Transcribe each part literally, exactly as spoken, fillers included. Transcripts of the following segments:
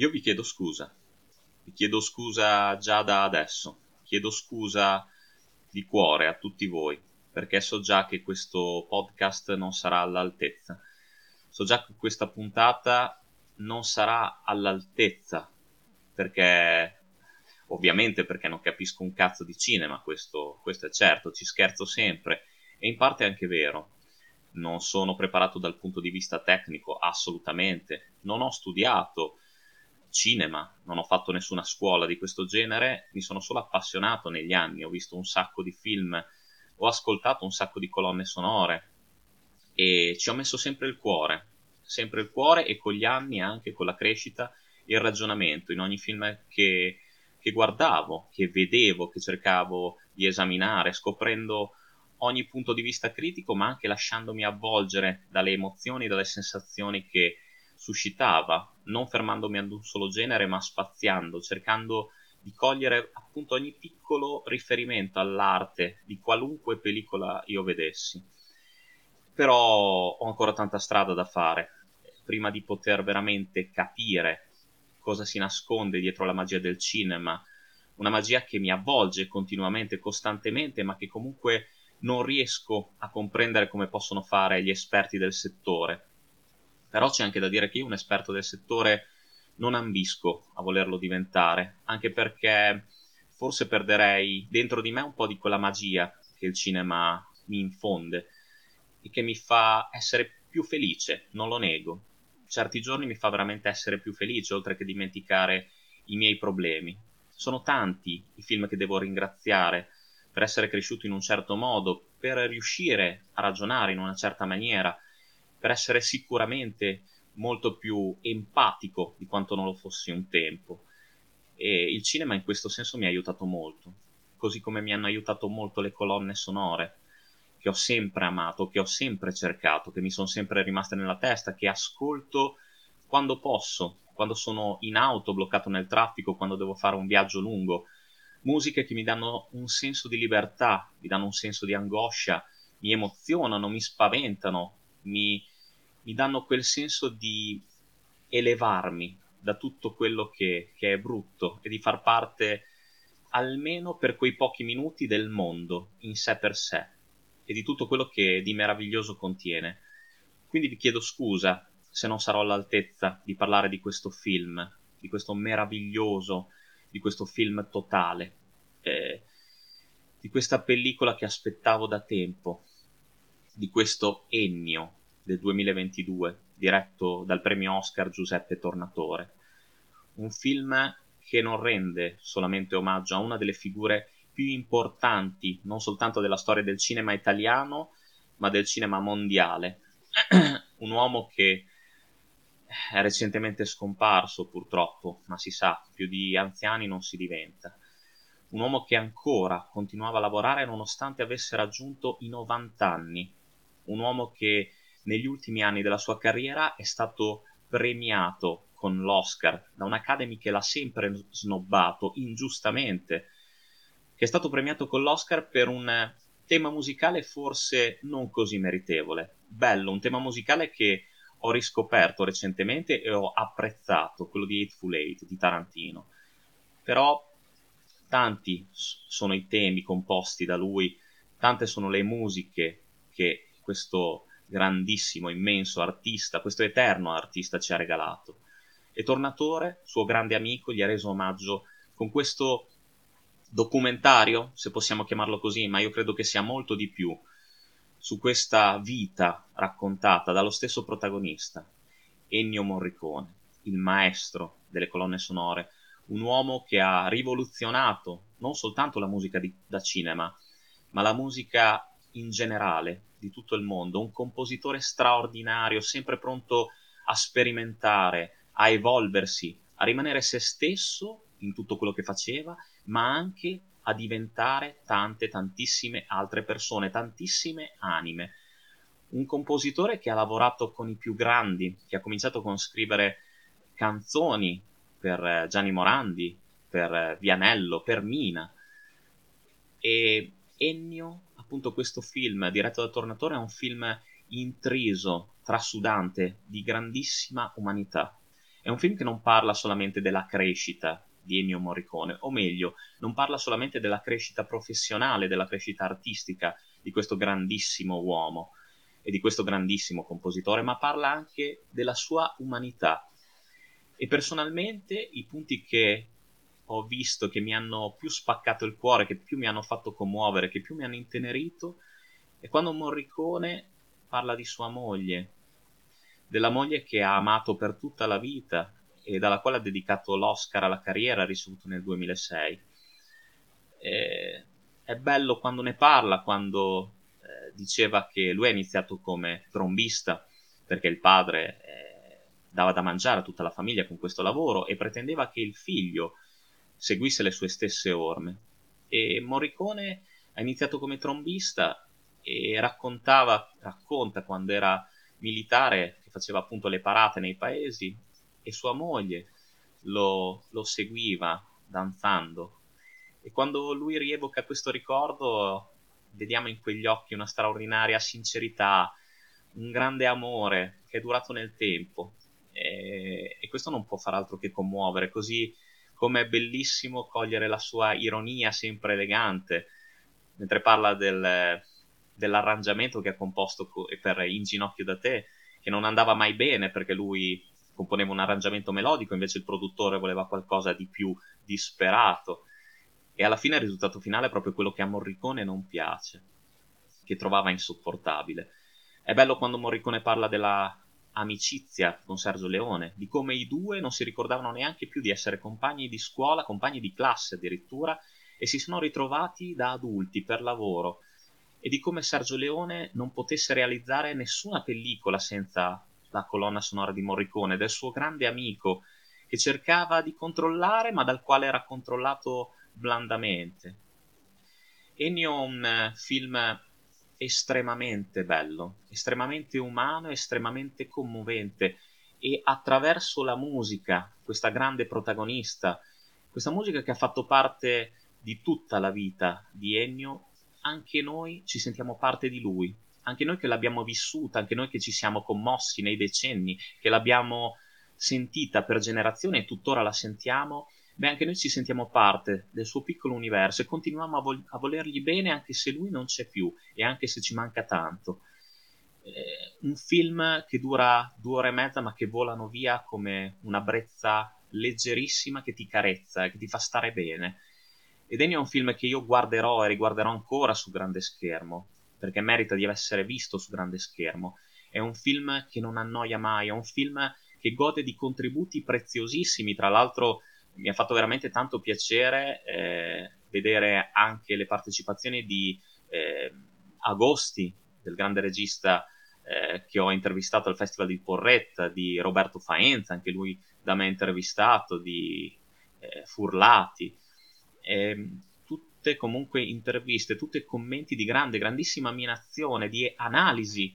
Io vi chiedo scusa, vi chiedo scusa già da adesso, chiedo scusa di cuore a tutti voi, perché so già che questo podcast non sarà all'altezza. So già che questa puntata non sarà all'altezza, perché ovviamente perché non capisco un cazzo di cinema, questo, questo è certo, ci scherzo sempre, e in parte è anche vero. Non sono preparato dal punto di vista tecnico, assolutamente. Non ho studiato cinema, non ho fatto nessuna scuola di questo genere, mi sono solo appassionato negli anni, ho visto un sacco di film, ho ascoltato un sacco di colonne sonore e ci ho messo sempre il cuore, sempre il cuore e con gli anni anche con la crescita il ragionamento in ogni film che, che guardavo, che vedevo, che cercavo di esaminare, scoprendo ogni punto di vista critico, ma anche lasciandomi avvolgere dalle emozioni, dalle sensazioni che suscitava, non fermandomi ad un solo genere, ma spaziando, cercando di cogliere appunto ogni piccolo riferimento all'arte di qualunque pellicola io vedessi. Però ho ancora tanta strada da fare prima di poter veramente capire cosa si nasconde dietro la magia del cinema, una magia che mi avvolge continuamente, costantemente, ma che comunque non riesco a comprendere come possono fare gli esperti del settore. Però c'è anche da dire che io un esperto del settore non ambisco a volerlo diventare, anche perché forse perderei dentro di me un po' di quella magia che il cinema mi infonde e che mi fa essere più felice, non lo nego. Certi giorni mi fa veramente essere più felice, oltre che dimenticare i miei problemi. Sono tanti i film che devo ringraziare per essere cresciuto in un certo modo, per riuscire a ragionare in una certa maniera, per essere sicuramente molto più empatico di quanto non lo fossi un tempo. E il cinema in questo senso mi ha aiutato molto, così come mi hanno aiutato molto le colonne sonore, che ho sempre amato, che ho sempre cercato, che mi sono sempre rimaste nella testa, che ascolto quando posso, quando sono in auto, bloccato nel traffico, quando devo fare un viaggio lungo. Musiche che mi danno un senso di libertà, mi danno un senso di angoscia, mi emozionano, mi spaventano, mi, mi danno quel senso di elevarmi da tutto quello che, che è brutto e di far parte almeno per quei pochi minuti del mondo in sé per sé e di tutto quello che di meraviglioso contiene. Quindi vi chiedo scusa se non sarò all'altezza di parlare di questo film, di questo meraviglioso, di questo film totale, eh, di questa pellicola che aspettavo da tempo, di questo Ennio del duemilaventidue, diretto dal premio Oscar Giuseppe Tornatore. Un film che non rende solamente omaggio a una delle figure più importanti, non soltanto della storia del cinema italiano, ma del cinema mondiale. Un uomo che è recentemente scomparso, purtroppo, ma si sa, più di anziani non si diventa. Un uomo che ancora continuava a lavorare nonostante avesse raggiunto i novanta anni. Un uomo che negli ultimi anni della sua carriera è stato premiato con l'Oscar da un'Academy che l'ha sempre snobbato ingiustamente, che è stato premiato con l'Oscar per un tema musicale forse non così meritevole. Bello, un tema musicale che ho riscoperto recentemente e ho apprezzato, quello di Hateful Eight di Tarantino. Però tanti sono i temi composti da lui, tante sono le musiche che questo grandissimo, immenso artista, questo eterno artista ci ha regalato. E Tornatore, suo grande amico, gli ha reso omaggio con questo documentario, se possiamo chiamarlo così, ma io credo che sia molto di più, su questa vita raccontata dallo stesso protagonista, Ennio Morricone, il maestro delle colonne sonore, un uomo che ha rivoluzionato non soltanto la musica di, da cinema, ma la musica in generale di tutto il mondo, un compositore straordinario, sempre pronto a sperimentare, a evolversi, a rimanere se stesso in tutto quello che faceva, ma anche a diventare tante, tantissime altre persone, tantissime anime. Un compositore che ha lavorato con i più grandi, che ha cominciato con scrivere canzoni per Gianni Morandi, per Vianello, per Mina. E Ennio, appunto, questo film diretto da Tornatore è un film intriso, trasudante, di grandissima umanità. È un film che non parla solamente della crescita di Ennio Morricone, o meglio, non parla solamente della crescita professionale, della crescita artistica di questo grandissimo uomo e di questo grandissimo compositore, ma parla anche della sua umanità. E personalmente i punti che ho visto che mi hanno più spaccato il cuore, che più mi hanno fatto commuovere, che più mi hanno intenerito, è quando Morricone parla di sua moglie, della moglie che ha amato per tutta la vita e dalla quale ha dedicato l'Oscar alla carriera ricevuto nel duemilasei. E è bello quando ne parla, quando eh, diceva che lui ha iniziato come trombista perché il padre eh, dava da mangiare a tutta la famiglia con questo lavoro e pretendeva che il figlio seguisse le sue stesse orme. E Morricone ha iniziato come trombista e raccontava, racconta quando era militare che faceva appunto le parate nei paesi e sua moglie lo, lo seguiva danzando. E quando lui rievoca questo ricordo, vediamo in quegli occhi una straordinaria sincerità, un grande amore che è durato nel tempo. E, e questo non può far altro che commuovere, così come è bellissimo cogliere la sua ironia sempre elegante, mentre parla del, dell'arrangiamento che ha composto per In ginocchio da te, che non andava mai bene perché lui componeva un arrangiamento melodico, invece il produttore voleva qualcosa di più disperato. E alla fine il risultato finale è proprio quello che a Morricone non piace, che trovava insopportabile. È bello quando Morricone parla della amicizia con Sergio Leone, di come i due non si ricordavano neanche più di essere compagni di scuola, compagni di classe addirittura, e si sono ritrovati da adulti per lavoro, e di come Sergio Leone non potesse realizzare nessuna pellicola senza la colonna sonora di Morricone, del suo grande amico, che cercava di controllare ma dal quale era controllato blandamente. Ennio è un film estremamente bello, estremamente umano, estremamente commovente, e attraverso la musica, questa grande protagonista, questa musica che ha fatto parte di tutta la vita di Ennio, anche noi ci sentiamo parte di lui, anche noi che l'abbiamo vissuta, anche noi che ci siamo commossi nei decenni, che l'abbiamo sentita per generazioni e tuttora la sentiamo. Beh, anche noi ci sentiamo parte del suo piccolo universo e continuiamo a, vol- a volergli bene anche se lui non c'è più e anche se ci manca tanto. Eh, un film che dura due ore e mezza ma che volano via come una brezza leggerissima che ti carezza e che ti fa stare bene. Ed è un film che io guarderò e riguarderò ancora su grande schermo, perché merita di essere visto su grande schermo. È un film che non annoia mai, è un film che gode di contributi preziosissimi, tra l'altro mi ha fatto veramente tanto piacere eh, vedere anche le partecipazioni di eh, Agosti, del grande regista eh, che ho intervistato al Festival di Porretta, di Roberto Faenza, anche lui da me intervistato, di eh, Furlati, eh, tutte comunque interviste, tutti commenti di grande, grandissima ammirazione, di analisi,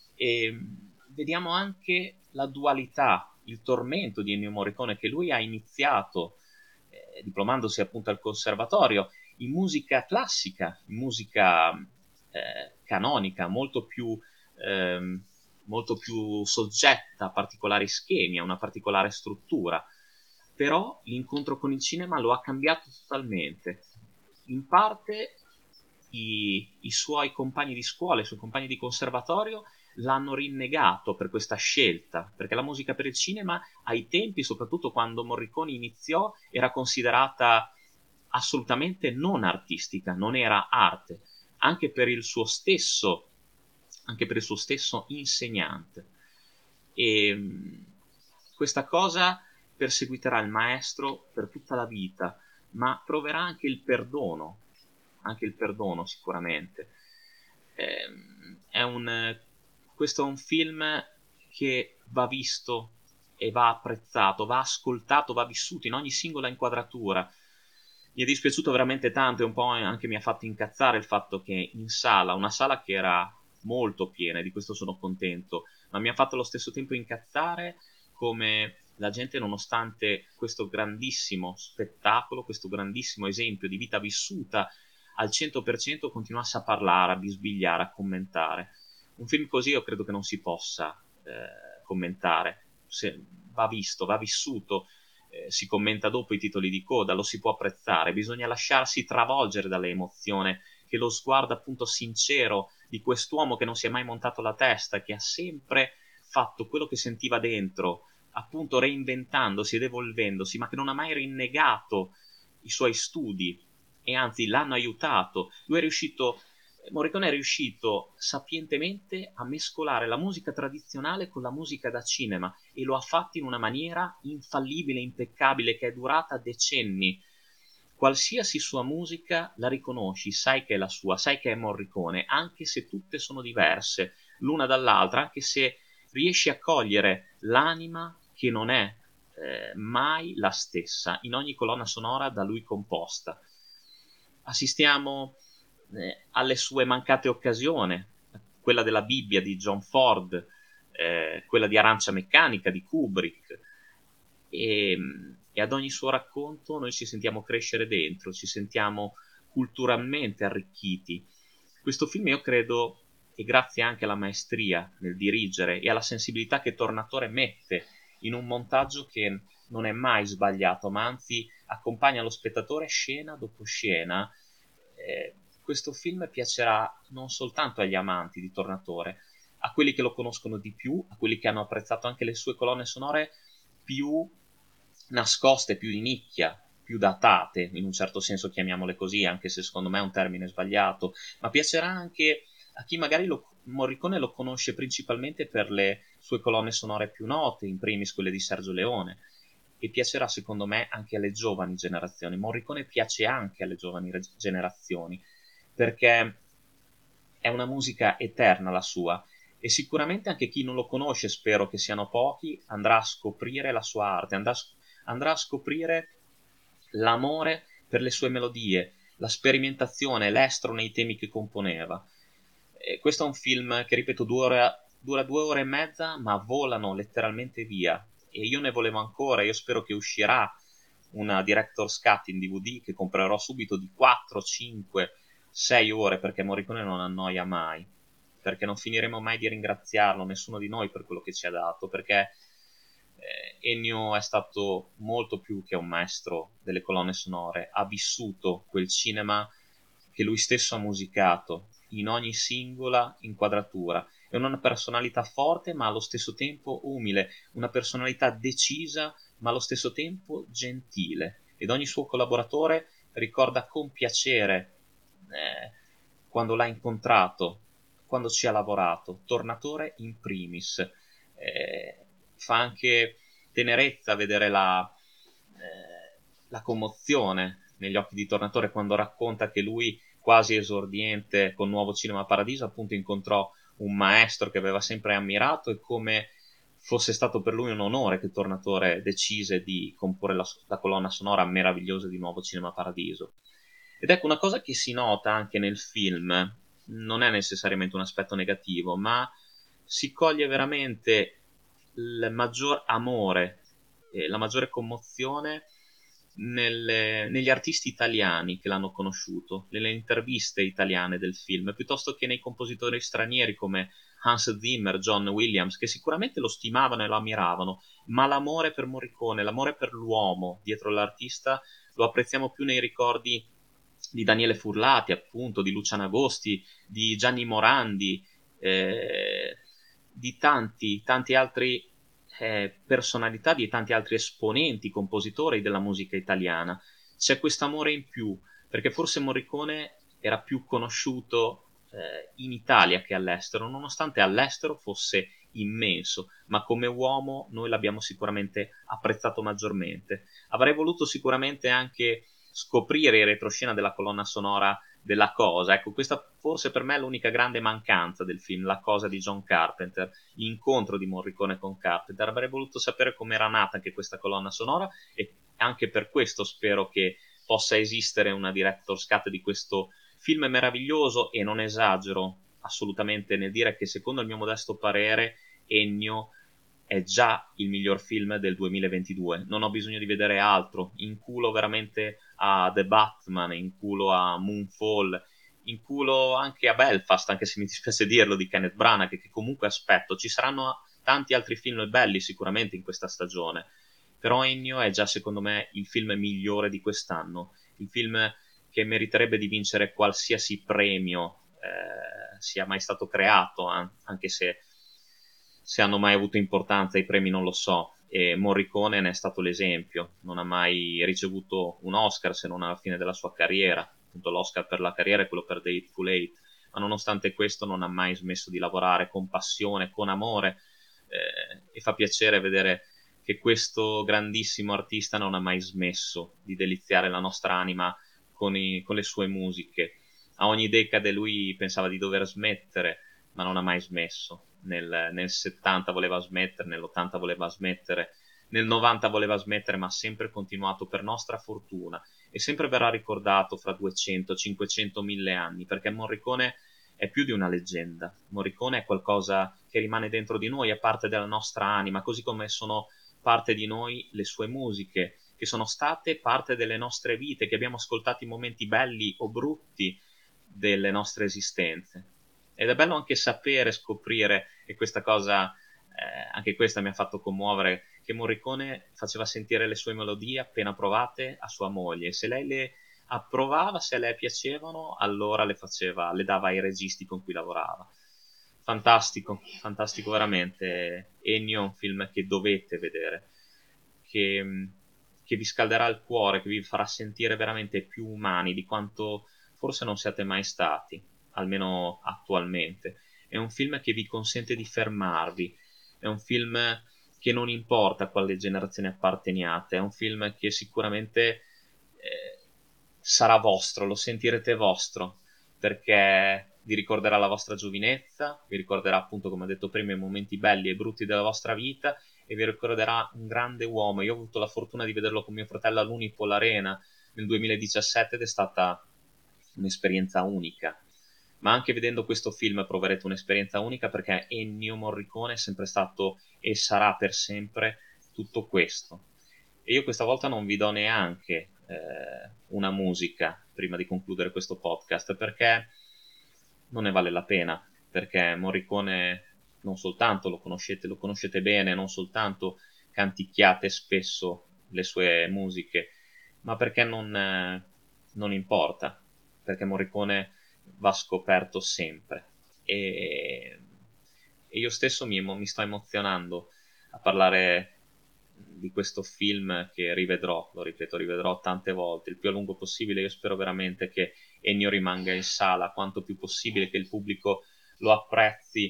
e vediamo anche la dualità, il tormento di Ennio Morricone, che lui ha iniziato eh, diplomandosi appunto al conservatorio in musica classica, in musica eh, canonica, molto più, ehm, molto più soggetta a particolari schemi, a una particolare struttura. Però l'incontro con il cinema lo ha cambiato totalmente. In parte i, i suoi compagni di scuola, i suoi compagni di conservatorio l'hanno rinnegato per questa scelta, perché la musica per il cinema ai tempi, soprattutto quando Morricone iniziò, era considerata assolutamente non artistica, non era arte, anche per il suo stesso, anche per il suo stesso insegnante. E questa cosa perseguiterà il maestro per tutta la vita, ma troverà anche il perdono, anche il perdono sicuramente. Eh, è un, questo è un film che va visto e va apprezzato, va ascoltato, va vissuto in ogni singola inquadratura. Mi è dispiaciuto veramente tanto e un po' anche mi ha fatto incazzare il fatto che in sala, una sala che era molto piena, e di questo sono contento, ma mi ha fatto allo stesso tempo incazzare come la gente, nonostante questo grandissimo spettacolo, questo grandissimo esempio di vita vissuta al cento per cento, continuasse a parlare, a bisbigliare, a commentare. Un film così io credo che non si possa eh, commentare. Se, va visto, va vissuto. Eh, si commenta dopo i titoli di coda, lo si può apprezzare, bisogna lasciarsi travolgere dalle emozioni, che lo sguardo appunto sincero di quest'uomo che non si è mai montato la testa, che ha sempre fatto quello che sentiva dentro, appunto reinventandosi ed evolvendosi, ma che non ha mai rinnegato i suoi studi e anzi l'hanno aiutato. Lui è riuscito, Morricone è riuscito sapientemente a mescolare la musica tradizionale con la musica da cinema e lo ha fatto in una maniera infallibile, impeccabile, che è durata decenni. Qualsiasi sua musica la riconosci, sai che è la sua, sai che è Morricone, anche se tutte sono diverse l'una dall'altra, anche se riesci a cogliere l'anima che non è eh, mai la stessa in ogni colonna sonora da lui composta. Assistiamo eh, alle sue mancate occasioni, quella della Bibbia di John Ford, eh, quella di Arancia Meccanica di Kubrick, e, e ad ogni suo racconto noi ci sentiamo crescere dentro, ci sentiamo culturalmente arricchiti. Questo film, io credo, e grazie anche alla maestria nel dirigere e alla sensibilità che Tornatore mette in un montaggio che non è mai sbagliato, ma anzi accompagna lo spettatore scena dopo scena, eh, questo film piacerà non soltanto agli amanti di Tornatore, a quelli che lo conoscono di più, a quelli che hanno apprezzato anche le sue colonne sonore più nascoste, più di nicchia, più datate, in un certo senso chiamiamole così, anche se secondo me è un termine sbagliato, ma piacerà anche a chi magari lo, Morricone lo conosce principalmente per le sue colonne sonore più note, in primis quelle di Sergio Leone, e piacerà secondo me anche alle giovani generazioni. Morricone piace anche alle giovani re- generazioni, perché è una musica eterna la sua, e sicuramente anche chi non lo conosce, spero che siano pochi, andrà a scoprire la sua arte, andrà, andrà a scoprire l'amore per le sue melodie, la sperimentazione, l'estro nei temi che componeva. E questo è un film che, ripeto, dura, dura due ore e mezza, ma volano letteralmente via. E io ne volevo ancora, io spero che uscirà una Director's Cut in D V D che comprerò subito di quattro, cinque, sei ore, perché Morricone non annoia mai, perché non finiremo mai di ringraziarlo, nessuno di noi, per quello che ci ha dato, perché eh, Ennio è stato molto più che un maestro delle colonne sonore, ha vissuto quel cinema che lui stesso ha musicato in ogni singola inquadratura. È una personalità forte ma allo stesso tempo umile, una personalità decisa ma allo stesso tempo gentile, ed ogni suo collaboratore ricorda con piacere eh, quando l'ha incontrato, quando ci ha lavorato. Tornatore in primis. Eh, fa anche tenerezza vedere la, eh, la commozione negli occhi di Tornatore quando racconta che lui, quasi esordiente con Nuovo Cinema Paradiso, appunto incontrò un maestro che aveva sempre ammirato, e come fosse stato per lui un onore che Tornatore decise di comporre la, la colonna sonora meravigliosa di Nuovo Cinema Paradiso. Ed ecco, una cosa che si nota anche nel film non è necessariamente un aspetto negativo, ma si coglie veramente il maggior amore e la maggiore commozione nelle, negli artisti italiani che l'hanno conosciuto, nelle interviste italiane del film, piuttosto che nei compositori stranieri come Hans Zimmer, John Williams, che sicuramente lo stimavano e lo ammiravano, ma l'amore per Morricone, l'amore per l'uomo dietro l'artista lo apprezziamo più nei ricordi di Daniele Furlati, appunto, di Luciano Agosti, di Gianni Morandi, eh, di tanti, tanti altri eh, personalità, di tanti altri esponenti, compositori della musica italiana. C'è questo amore in più, perché forse Morricone era più conosciuto eh, in Italia che all'estero, nonostante all'estero fosse immenso, ma come uomo noi l'abbiamo sicuramente apprezzato maggiormente. Avrei voluto sicuramente anche scoprire il retroscena della colonna sonora della Cosa. Ecco, questa forse per me è l'unica grande mancanza del film, La Cosa di John Carpenter, l'incontro di Morricone con Carpenter. Avrei voluto sapere com'era nata anche questa colonna sonora, e anche per questo spero che possa esistere una director's cut di questo film meraviglioso, e non esagero assolutamente nel dire che secondo il mio modesto parere Ennio è già il miglior film del duemilaventidue. Non ho bisogno di vedere altro. Inculo veramente a The Batman, inculo a Moonfall, inculo anche a Belfast, anche se mi dispiace dirlo, di Kenneth Branagh, che comunque aspetto. Ci saranno tanti altri film belli sicuramente in questa stagione, però Ennio è già secondo me il film migliore di quest'anno, il film che meriterebbe di vincere qualsiasi premio eh, sia mai stato creato, eh, anche se, se hanno mai avuto importanza i premi non lo so, e Morricone ne è stato l'esempio, non ha mai ricevuto un Oscar se non alla fine della sua carriera, appunto l'Oscar per la carriera è quello per The Hateful Eight, ma nonostante questo non ha mai smesso di lavorare con passione, con amore, eh, e fa piacere vedere che questo grandissimo artista non ha mai smesso di deliziare la nostra anima con, i, con le sue musiche. A ogni decade lui pensava di dover smettere, ma non ha mai smesso. Nel, nel settanta voleva smettere, nell'ottanta voleva smettere, nel novanta voleva smettere, ma ha sempre continuato per nostra fortuna e sempre verrà ricordato fra duecento, cinquecento, mille anni, perché Morricone è più di una leggenda. Morricone è qualcosa che rimane dentro di noi, è parte della nostra anima, così come sono parte di noi le sue musiche, che sono state parte delle nostre vite, che abbiamo ascoltato in momenti belli o brutti delle nostre esistenze. Ed è bello anche sapere, scoprire, e questa cosa, eh, anche questa mi ha fatto commuovere, che Morricone faceva sentire le sue melodie appena provate a sua moglie. Se lei le approvava, se a lei piacevano, allora le faceva, le dava ai registi con cui lavorava. Fantastico, fantastico veramente. Ennio è un film che dovete vedere, che, che vi scalderà il cuore, che vi farà sentire veramente più umani di quanto forse non siate mai stati, almeno attualmente. È un film che vi consente di fermarvi, è un film che non importa a quale generazione apparteniate, è un film che sicuramente eh, sarà vostro, lo sentirete vostro, perché vi ricorderà la vostra giovinezza, vi ricorderà appunto, come ho detto prima, i momenti belli e brutti della vostra vita e vi ricorderà un grande uomo. Io ho avuto la fortuna di vederlo con mio fratello all'Unipol Arena nel duemiladiciassette ed è stata un'esperienza unica. Ma anche vedendo questo film proverete un'esperienza unica, perché Ennio Morricone è sempre stato e sarà per sempre tutto questo. E io questa volta non vi do neanche eh, una musica prima di concludere questo podcast, perché non ne vale la pena, perché Morricone non soltanto lo conoscete, lo conoscete bene, non soltanto canticchiate spesso le sue musiche, ma perché non, eh, non importa, perché Morricone va scoperto sempre. E, e io stesso mi, mi sto emozionando a parlare di questo film che rivedrò, lo ripeto, rivedrò tante volte, il più a lungo possibile. Io spero veramente che Ennio rimanga in sala quanto più possibile, che il pubblico lo apprezzi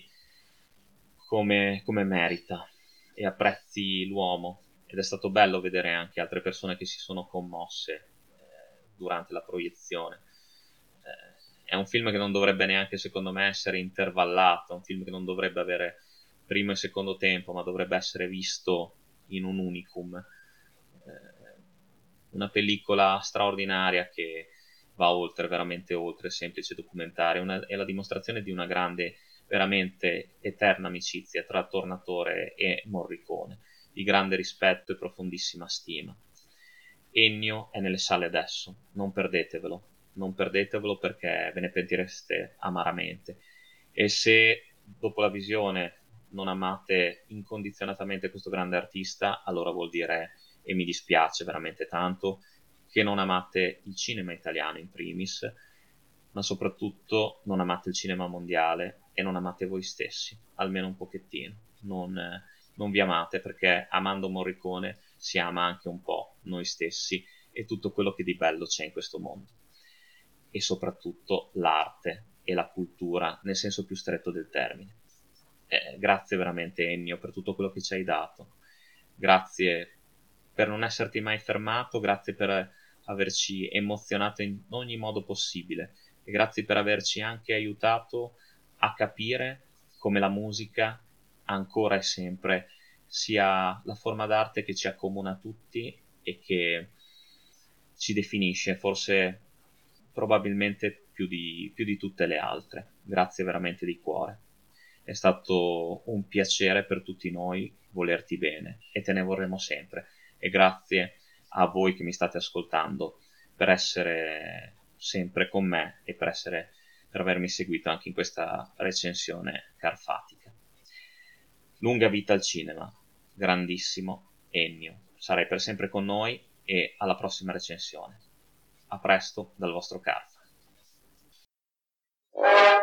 come, come merita e apprezzi l'uomo. Ed è stato bello vedere anche altre persone che si sono commosse eh, durante la proiezione. Eh, è un film che non dovrebbe neanche, secondo me, essere intervallato, è un film che non dovrebbe avere primo e secondo tempo, ma dovrebbe essere visto in un unicum. Eh, una pellicola straordinaria che va oltre, veramente oltre il semplice documentario, una, è la dimostrazione di una grande, veramente eterna amicizia tra Tornatore e Morricone, di grande rispetto e profondissima stima. Ennio è nelle sale adesso, non perdetevelo, non perdetevelo perché ve ne pentireste amaramente. E se dopo la visione non amate incondizionatamente questo grande artista, allora vuol dire, e mi dispiace veramente tanto, che non amate il cinema italiano in primis, ma soprattutto non amate il cinema mondiale e non amate voi stessi, almeno un pochettino. Non, eh, non vi amate, perché amando Morricone si ama anche un po' noi stessi e tutto quello che di bello c'è in questo mondo. E soprattutto l'arte e la cultura nel senso più stretto del termine. Eh, grazie veramente Ennio per tutto quello che ci hai dato, grazie per non esserti mai fermato, grazie per averci emozionato in ogni modo possibile e grazie per averci anche aiutato a capire come la musica ancora e sempre sia la forma d'arte che ci accomuna tutti e che ci definisce, forse probabilmente più di, più di tutte le altre. Grazie veramente di cuore. È stato un piacere per tutti noi volerti bene e te ne vorremo sempre. E grazie a voi che mi state ascoltando per essere sempre con me e per, essere, per avermi seguito anche in questa recensione carfatica. Lunga vita al cinema, grandissimo Ennio, sarai per sempre con noi e alla prossima recensione. A presto dal vostro Carfa.